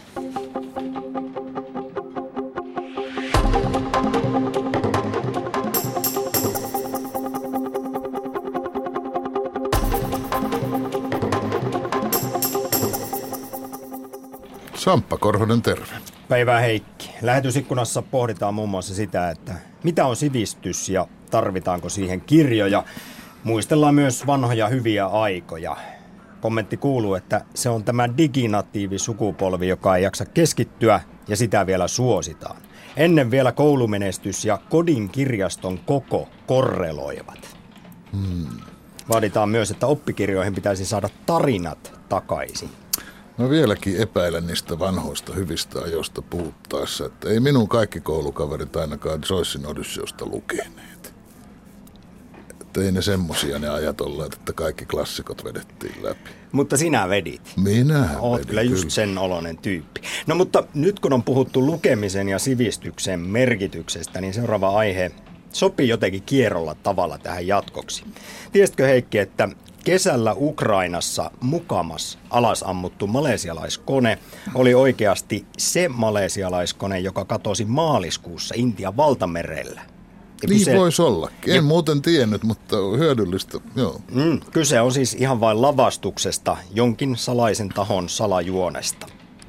Samppa Korhonen, terve. Päivää Heikki. Lähetysikkunassa pohditaan muun muassa sitä, että mitä on sivistys ja tarvitaanko siihen kirjoja. Muistellaan myös vanhoja hyviä aikoja. Kommentti kuuluu, että se on tämä diginatiivisukupolvi, joka ei jaksa keskittyä ja sitä vielä suositaan. Ennen vielä koulumenestys ja kodin kirjaston koko korreloivat. Vaaditaan myös, että oppikirjoihin pitäisi saada tarinat takaisin. Mä vieläkin epäilen niistä vanhoista hyvistä ajoista puhuttaessa, että ei minun kaikki koulukaverit ainakaan Joycein Odysseusta lukeneet. Että ei ne semmosia ne ajat olleet, että kaikki klassikot vedettiin läpi. Mutta sinä vedit. Minähän Oot vedin, kyllä just sen oloinen tyyppi. No mutta nyt kun on puhuttu lukemisen ja sivistyksen merkityksestä, niin seuraava aihe sopii jotenkin kierrolla tavalla tähän jatkoksi. Tiesitkö Heikki, että kesällä Ukrainassa mukamas alasammuttu malesialaiskone oli oikeasti se malesialaiskone, joka katosi maaliskuussa Intian valtamerellä? Niin voisi ollakin. En muuten tiennyt, mutta hyödyllistä. Joo. Kyse on siis ihan vain lavastuksesta, jonkin salaisen tahon salajuonesta.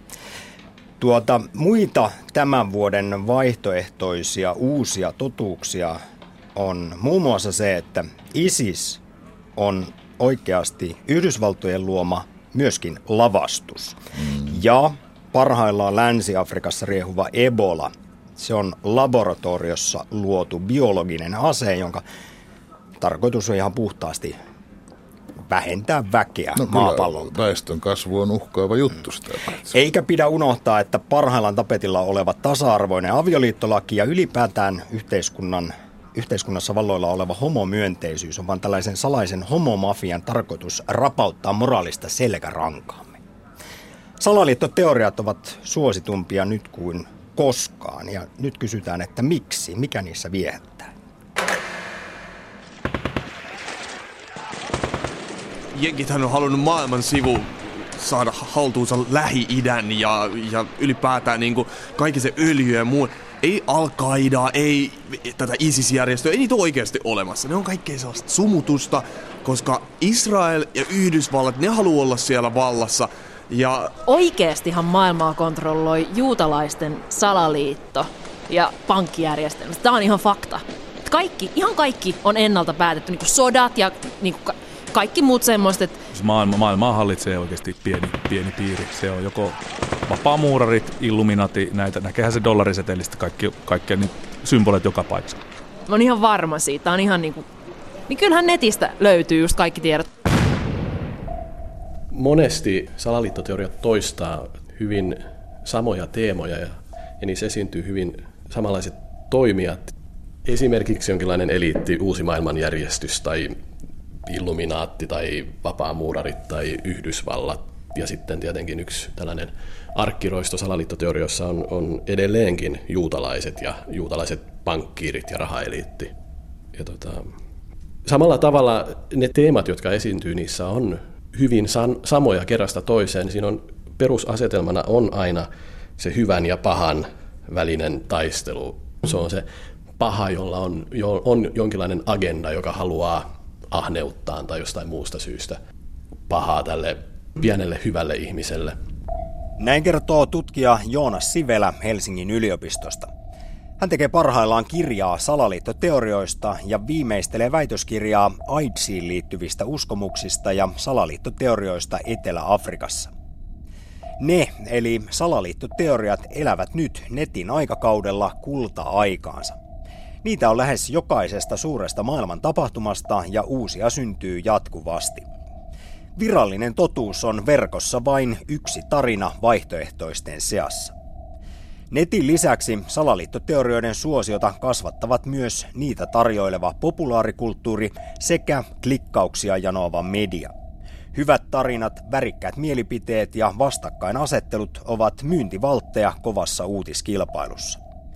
Muita tämän vuoden vaihtoehtoisia uusia totuuksia on muun muassa se, että ISIS on oikeasti Yhdysvaltojen luoma myöskin lavastus. Ja parhaillaan Länsi-Afrikassa riehuva Ebola, se on laboratoriossa luotu biologinen ase, jonka tarkoitus on ihan puhtaasti vähentää väkeä maapallolta. Väestön kasvu on uhkaava juttu sitä. Eikä pidä unohtaa, että parhaillaan tapetilla oleva tasa-arvoinen avioliittolaki ja ylipäätään yhteiskunnassa valloilla oleva homomyönteisyys on vain tällaisen salaisen homomafian tarkoitus rapauttaa moraalista selkärankaamme. Salaliittoteoriat ovat suositumpia nyt kuin koskaan ja nyt kysytään, että miksi, mikä niissä viehättää. Jenkithän on halunnut maailman sivu saada haltuunsa Lähi-idän ja ylipäätään niin kuin kaikki se öljy ja muu. Ei Al-Qaidaa, ei tätä ISIS-järjestöä, ei niitä ole oikeasti olemassa. Ne on kaikkea sellaista sumutusta, koska Israel ja Yhdysvallat, ne haluaa olla siellä vallassa. Ja oikeastihan maailmaa kontrolloi juutalaisten salaliitto ja pankkijärjestelmä. Tämä on ihan fakta. Ihan kaikki on ennalta päätetty, niin kuin sodat ja niin kuin kaikki muut semmoiset. Maailmaa hallitsee oikeasti pieni piiri. Se on joko vapaamuurarit, Illuminati, näitä näkeehän se dollarisetelistä kaikkia niin symbolit joka paikassa. Mä oon ihan varma siitä. On ihan niin kyllähän netistä löytyy just kaikki tiedot. Monesti salaliittoteoriat toistaa hyvin samoja teemoja ja niissä esiintyy hyvin samanlaiset toimijat. Esimerkiksi jonkinlainen eliitti, uusi maailmanjärjestys tai Illuminaatti tai vapaamuurarit tai Yhdysvallat. Ja sitten tietenkin yksi tällainen arkkiroisto salaliittoteorioissa on edelleenkin juutalaiset ja juutalaiset pankkiirit ja rahaeliitti. Ja samalla tavalla ne teemat, jotka esiintyy, niissä on hyvin samoja kerrasta toiseen. Siinä on perusasetelmana on aina se hyvän ja pahan välinen taistelu. Se on se paha, jolla on jonkinlainen agenda, joka haluaa ahneuttaan tai jostain muusta syystä pahaa tälle pienelle hyvälle ihmiselle. Näin kertoo tutkija Joonas Sivelä Helsingin yliopistosta. Hän tekee parhaillaan kirjaa salaliittoteorioista ja viimeistelee väitöskirjaa AIDSiin liittyvistä uskomuksista ja salaliittoteorioista Etelä-Afrikassa. Ne, eli salaliittoteoriat, elävät nyt netin aikakaudella kulta-aikaansa. Niitä on lähes jokaisesta suuresta maailman tapahtumasta ja uusia syntyy jatkuvasti. Virallinen totuus on verkossa vain yksi tarina vaihtoehtoisten seassa. Netin lisäksi salaliittoteorioiden suosiota kasvattavat myös niitä tarjoileva populaarikulttuuri sekä klikkauksia janoava media. Hyvät tarinat, värikkäät mielipiteet ja vastakkainasettelut ovat myyntivaltteja kovassa uutiskilpailussa.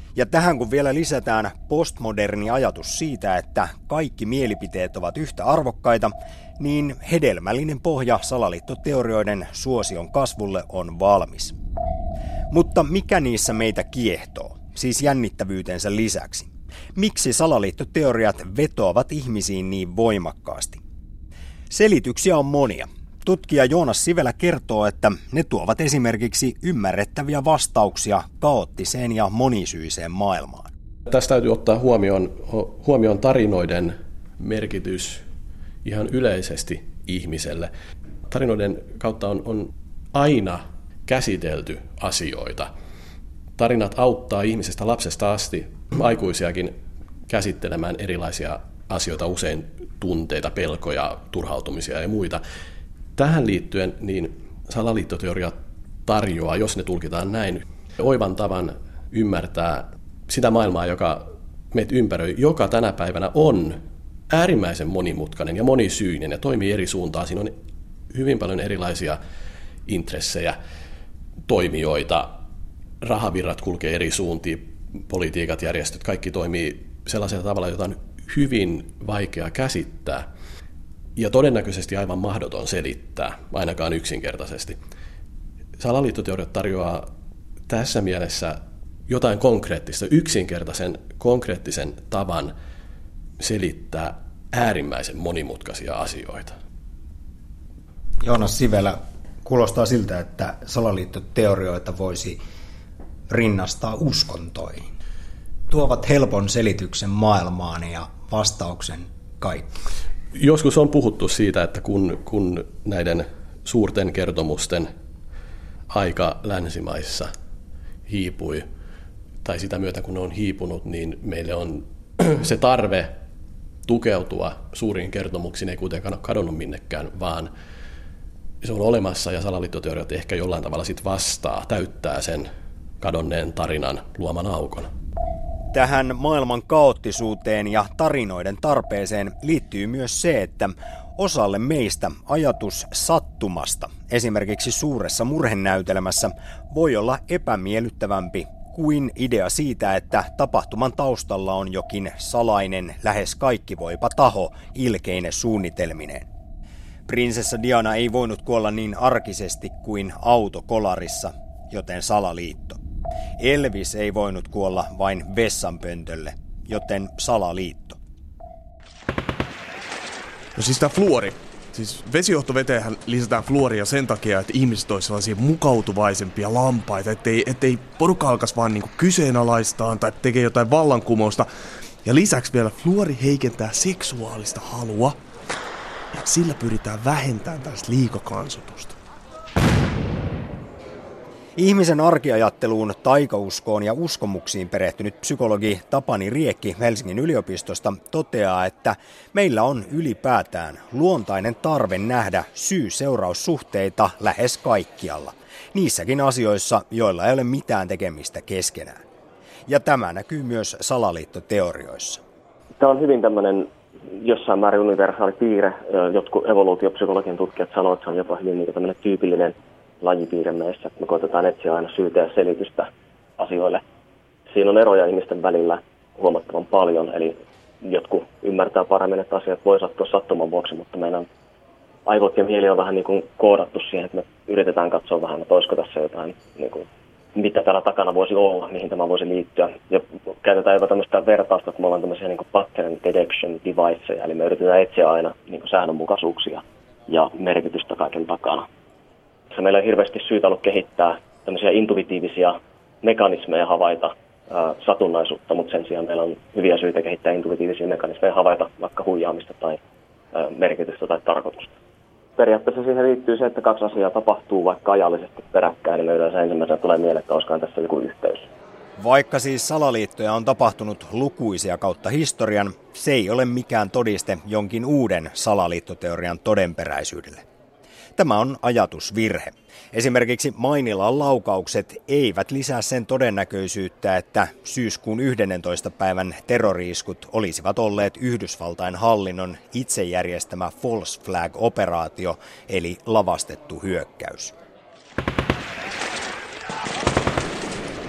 Ja tähän kun vielä lisätään postmoderni ajatus siitä, että kaikki mielipiteet ovat yhtä arvokkaita, niin hedelmällinen pohja salaliittoteorioiden suosion kasvulle on valmis. Mutta mikä niissä meitä kiehtoo, siis jännittävyytensä lisäksi? Miksi salaliittoteoriat vetoavat ihmisiin niin voimakkaasti? Selityksiä on monia. Tutkija Joonas Sivelä kertoo, että ne tuovat esimerkiksi ymmärrettäviä vastauksia kaoottiseen ja monisyiseen maailmaan. Tästä täytyy ottaa huomioon tarinoiden merkitys ihan yleisesti ihmiselle. Tarinoiden kautta on aina käsitelty asioita. Tarinat auttaa ihmisestä lapsesta asti aikuisiakin käsittelemään erilaisia asioita, usein tunteita, pelkoja, turhautumisia ja muita. Tähän liittyen niin salaliittoteoria tarjoaa, jos ne tulkitaan näin, oivan tavan ymmärtää sitä maailmaa, joka meitä ympäröi, joka tänä päivänä on äärimmäisen monimutkainen ja monisyinen ja toimii eri suuntaan. Siinä on hyvin paljon erilaisia intressejä, toimijoita, rahavirrat kulkee eri suuntiin, politiikat, järjestöt, kaikki toimii sellaisella tavalla, jota on hyvin vaikea käsittää ja todennäköisesti aivan mahdoton selittää, ainakaan yksinkertaisesti. Salaliittoteoriat tarjoaa tässä mielessä jotain konkreettista, yksinkertaisen, konkreettisen tavan selittää äärimmäisen monimutkaisia asioita. Joonas Sivelä, kuulostaa siltä, että salaliittoteorioita voisi rinnastaa uskontoihin. Tuovat helpon selityksen maailmaan ja vastauksen kaikki. Joskus on puhuttu siitä, että kun näiden suurten kertomusten aika länsimaissa hiipui, tai sitä myötä kun ne on hiipunut, niin meille on se tarve tukeutua suuriin kertomuksiin ei kuitenkaan kadonnut minnekään, vaan se on olemassa ja salaliittoteoriat ehkä jollain tavalla sit vastaa, täyttää sen kadonneen tarinan luoman aukon. Tähän maailman kaoottisuuteen ja tarinoiden tarpeeseen liittyy myös se, että osalle meistä ajatus sattumasta, esimerkiksi suuressa murhenäytelmässä, voi olla epämiellyttävämpi kuin idea siitä, että tapahtuman taustalla on jokin salainen, lähes kaikkivoipa taho ilkeine suunnitelmineen. Prinsessa Diana ei voinut kuolla niin arkisesti kuin autokolarissa, joten salaliitto. Elvis ei voinut kuolla vain vessanpöntölle, joten salaliitto. No siis tämä fluori. Siis vesijohtoveteenhän lisätään fluoria sen takia, että ihmiset olisivat sellaisia mukautuvaisempia lampaita, ettei porukka alkaisi vaan niinku kyseenalaistaan tai tekee jotain vallankumousta. Ja lisäksi vielä fluori heikentää seksuaalista halua ja sillä pyritään vähentämään tästä liikakansotusta. Ihmisen arkiajatteluun, taikauskoon ja uskomuksiin perehtynyt psykologi Tapani Riekki Helsingin yliopistosta toteaa, että meillä on ylipäätään luontainen tarve nähdä syy-seuraussuhteita lähes kaikkialla. Niissäkin asioissa, joilla ei ole mitään tekemistä keskenään. Ja tämä näkyy myös salaliittoteorioissa. Tämä on hyvin tämmöinen jossain määrin universaali piirre. Jotkut evoluutiopsykologian tutkijat sanoo, että se on jopa hyvin tämmöinen tyypillinen lajipiirre meissä, että me koetetaan etsiä aina syytä ja selitystä asioille. Siinä on eroja ihmisten välillä huomattavan paljon, eli jotkut ymmärtää paremmin, että asiat voi sattua sattuman vuoksi, mutta meidän aivot ja mieli on vähän niin kuin koodattu siihen, että me yritetään katsoa vähän, että olisiko tässä jotain, niin kuin, mitä täällä takana voisi olla, mihin tämä voisi liittyä. Ja käytetään jopa tämmöistä vertausta, että me ollaan tämmöisiä niin kuin pattern detection deviceja, eli me yritetään etsiä aina niin kuin säännönmukaisuuksia ja merkitystä kaiken takana. Meillä on hirveästi syytä ollut kehittää tämmöisiä intuitiivisia mekanismeja havaita satunnaisuutta, mutta sen sijaan meillä on hyviä syitä kehittää intuitiivisia mekanismeja havaita vaikka huijaamista tai merkitystä tai tarkoitusta. Periaatteessa siihen liittyy se, että kaksi asiaa tapahtuu vaikka ajallisesti peräkkäin, niin me yleensä ensimmäisenä tulee mieleen, että olisikohan tässä joku yhteys. Vaikka siis salaliittoja on tapahtunut lukuisia kautta historian, se ei ole mikään todiste jonkin uuden salaliittoteorian todenperäisyydelle. Tämä on ajatusvirhe. Esimerkiksi Mainilan laukaukset eivät lisää sen todennäköisyyttä, että syyskuun 11. päivän terrori-iskut olisivat olleet Yhdysvaltain hallinnon itse järjestämä false flag-operaatio, eli lavastettu hyökkäys.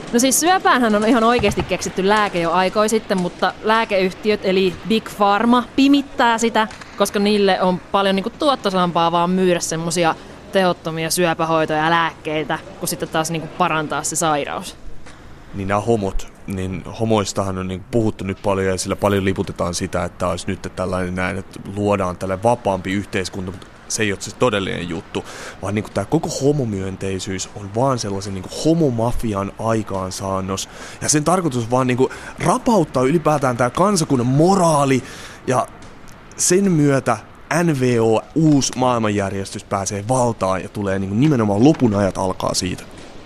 No siis syöpäänhän on ihan oikeasti keksitty lääke jo aikoja sitten, mutta lääkeyhtiöt eli Big Pharma pimittää sitä, koska niille on paljon niin kuin tuottosampaa vaan myydä semmosia tehottomia syöpähoitoja ja lääkkeitä, kun sitten taas niin kuin parantaa se sairaus. Niin nämä homot, niin homoistahan on niin puhuttu nyt paljon ja sillä paljon liputetaan sitä, että olisi nyt tällainen näin, että luodaan tällainen vapaampi yhteiskunta, mutta se ei ole se todellinen juttu, vaan niin tämä koko homomyönteisyys on vaan sellaisen niin homomafian aikaansaannos ja sen tarkoitus vaan niin rapauttaa ylipäätään tämä kansakunnan moraali ja sen myötä NVO, uusi maailmanjärjestys, pääsee valtaan ja tulee niin nimenomaan lopun ajat alkaa siitä.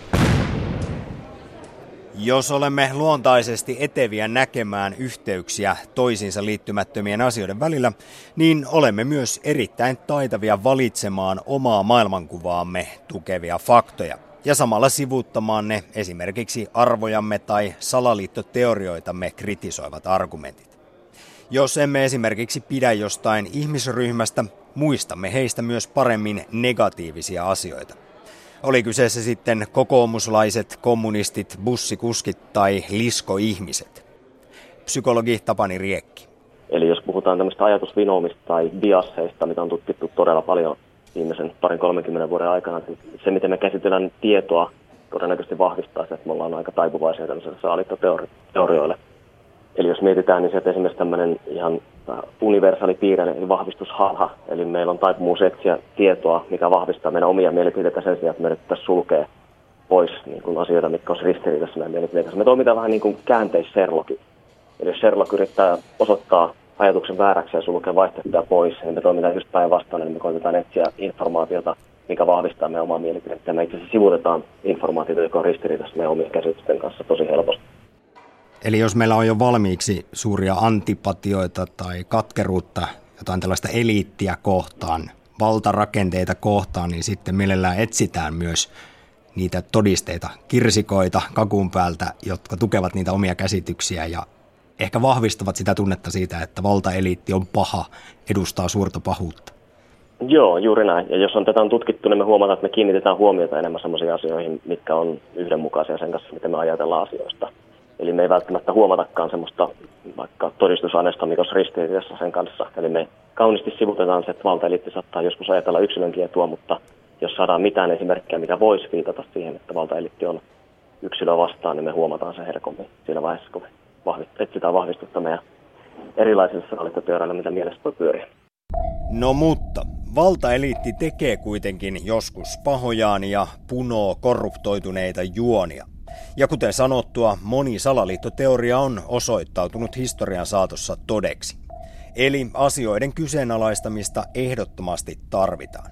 Jos olemme luontaisesti eteviä näkemään yhteyksiä toisiinsa liittymättömien asioiden välillä, niin olemme myös erittäin taitavia valitsemaan omaa maailmankuvaamme tukevia faktoja ja samalla sivuuttamaan ne esimerkiksi arvojamme tai salaliittoteorioitamme kritisoivat argumentit. Jos emme esimerkiksi pidä jostain ihmisryhmästä, muistamme heistä myös paremmin negatiivisia asioita. Oli kyseessä sitten kokoomuslaiset, kommunistit, bussikuskit tai liskoihmiset. Psykologi Tapani Riekki. Eli jos puhutaan tämmöistä ajatusvinoumista tai biasseista, mitä on tutkittu todella paljon viimeisen 20-30 vuoden aikana, se miten me käsitellään tietoa todennäköisesti vahvistaa se, että me ollaan aika taipuvaisia tämmöiselle salaliittoteorioille. Eli jos mietitään, niin se, että esimerkiksi tämmöinen ihan universaali piirre, eli vahvistusharha, eli meillä on taipumus etsiä tietoa, mikä vahvistaa meidän omia mielipiteitä sen sijaan, että me yrittäisiin sulkea pois niin kuin asioita, mitkä olisi ristiriidassa meidän mielipiteitä. Me toimitaan vähän niin kuin käänteis-Sherlock. Eli jos Sherlock yrittää osoittaa ajatuksen vääräksi ja sulkea vaihtoehtoja pois, niin me toimitaan just päinvastoin, eli me koitetaan etsiä informaatiota, mikä vahvistaa meidän omaa mielipiteitä. Me itse asiassa sivuutetaan informaatiota, joka on ristiriidassa meidän omien käsitysten kanssa tosi helposti. Eli jos meillä on jo valmiiksi suuria antipatioita tai katkeruutta, jotain tällaista eliittiä kohtaan, valtarakenteita kohtaan, niin sitten mielellään etsitään myös niitä todisteita, kirsikoita kakun päältä, jotka tukevat niitä omia käsityksiä ja ehkä vahvistavat sitä tunnetta siitä, että valtaeliitti on paha, edustaa suurta pahuutta. Joo, juuri näin. Ja jos tätä on tutkittu, niin me huomataan, että me kiinnitetään huomiota enemmän sellaisiin asioihin, mitkä on yhdenmukaisia sen kanssa, miten me ajatellaan asioista. Eli me ei välttämättä huomatakaan semmoista vaikka todistusaineistoa, mikä olisi ristiriidassa sen kanssa. Eli me kauniisti sivutetaan se, että valtaeliitti saattaa joskus ajatella yksilönkin etua, mutta jos saadaan mitään esimerkkejä, mikä voisi viitata siihen, että valtaeliitti on yksilöä vastaan, niin me huomataan se helpommin siinä vaiheessa, kun me etsitään vahvistusta meidän erilaisille salaliittoteorioille, mitä mielessä voi pyöriä. No mutta valtaeliitti tekee kuitenkin joskus pahojaan ja punoo korruptoituneita juonia. Ja kuten sanottua, moni salaliittoteoria on osoittautunut historian saatossa todeksi. Eli asioiden kyseenalaistamista ehdottomasti tarvitaan.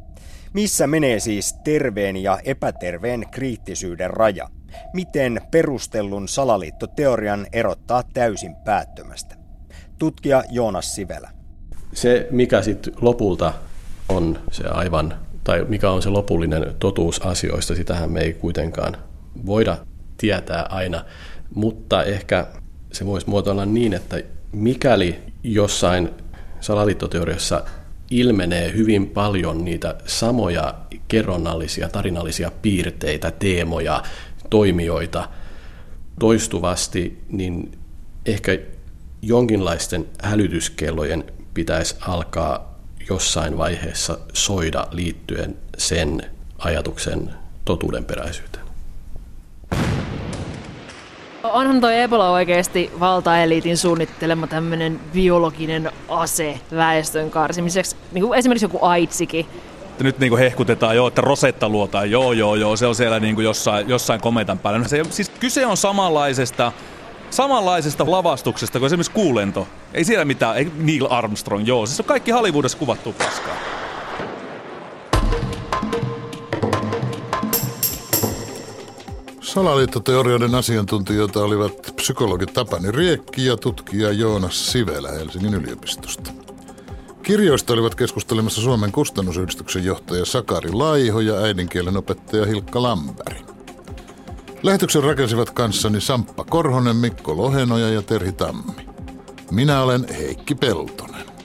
Missä menee siis terveen ja epäterveen kriittisyyden raja? Miten perustellun salaliittoteorian erottaa täysin päättömästä? Tutkija Joonas Sivelä. Se, mikä sitten lopulta on se aivan, tai mikä on se lopullinen totuus asioista, sitähän me ei kuitenkaan voida tietää aina, mutta ehkä se voisi muotoilla niin, että mikäli jossain salaliittoteoriassa ilmenee hyvin paljon niitä samoja kerronnallisia, tarinallisia piirteitä, teemoja, toimijoita toistuvasti, niin ehkä jonkinlaisten hälytyskellojen pitäisi alkaa jossain vaiheessa soida liittyen sen ajatuksen totuudenperäisyyteen. Onhan toi Ebola oikeasti valtaeliitin suunnittelema tämmöinen biologinen ase väestön karsimiseksi, niin kuin esimerkiksi joku AIDSikin. Nyt niin kuin hehkutetaan, että Rosetta luotaan, joo, se on siellä niin kuin jossain kometan päällä. No siis kyse on samanlaisesta lavastuksesta kuin esimerkiksi kuulento. Ei siellä mitään, ei Neil Armstrong, siis on kaikki Hollywoodissa kuvattu paskaa. Salaliittoteorioiden asiantuntijoita olivat psykologi Tapani Riekki ja tutkija Joonas Sivelä Helsingin yliopistosta. Kirjoista olivat keskustelemassa Suomen kustannusyhdistyksen johtaja Sakari Laiho ja äidinkielen opettaja Hilkka Lampäri. Lähetyksen rakensivat kanssani Samppa Korhonen, Mikko Lohenoja ja Terhi Tammi. Minä olen Heikki Peltonen.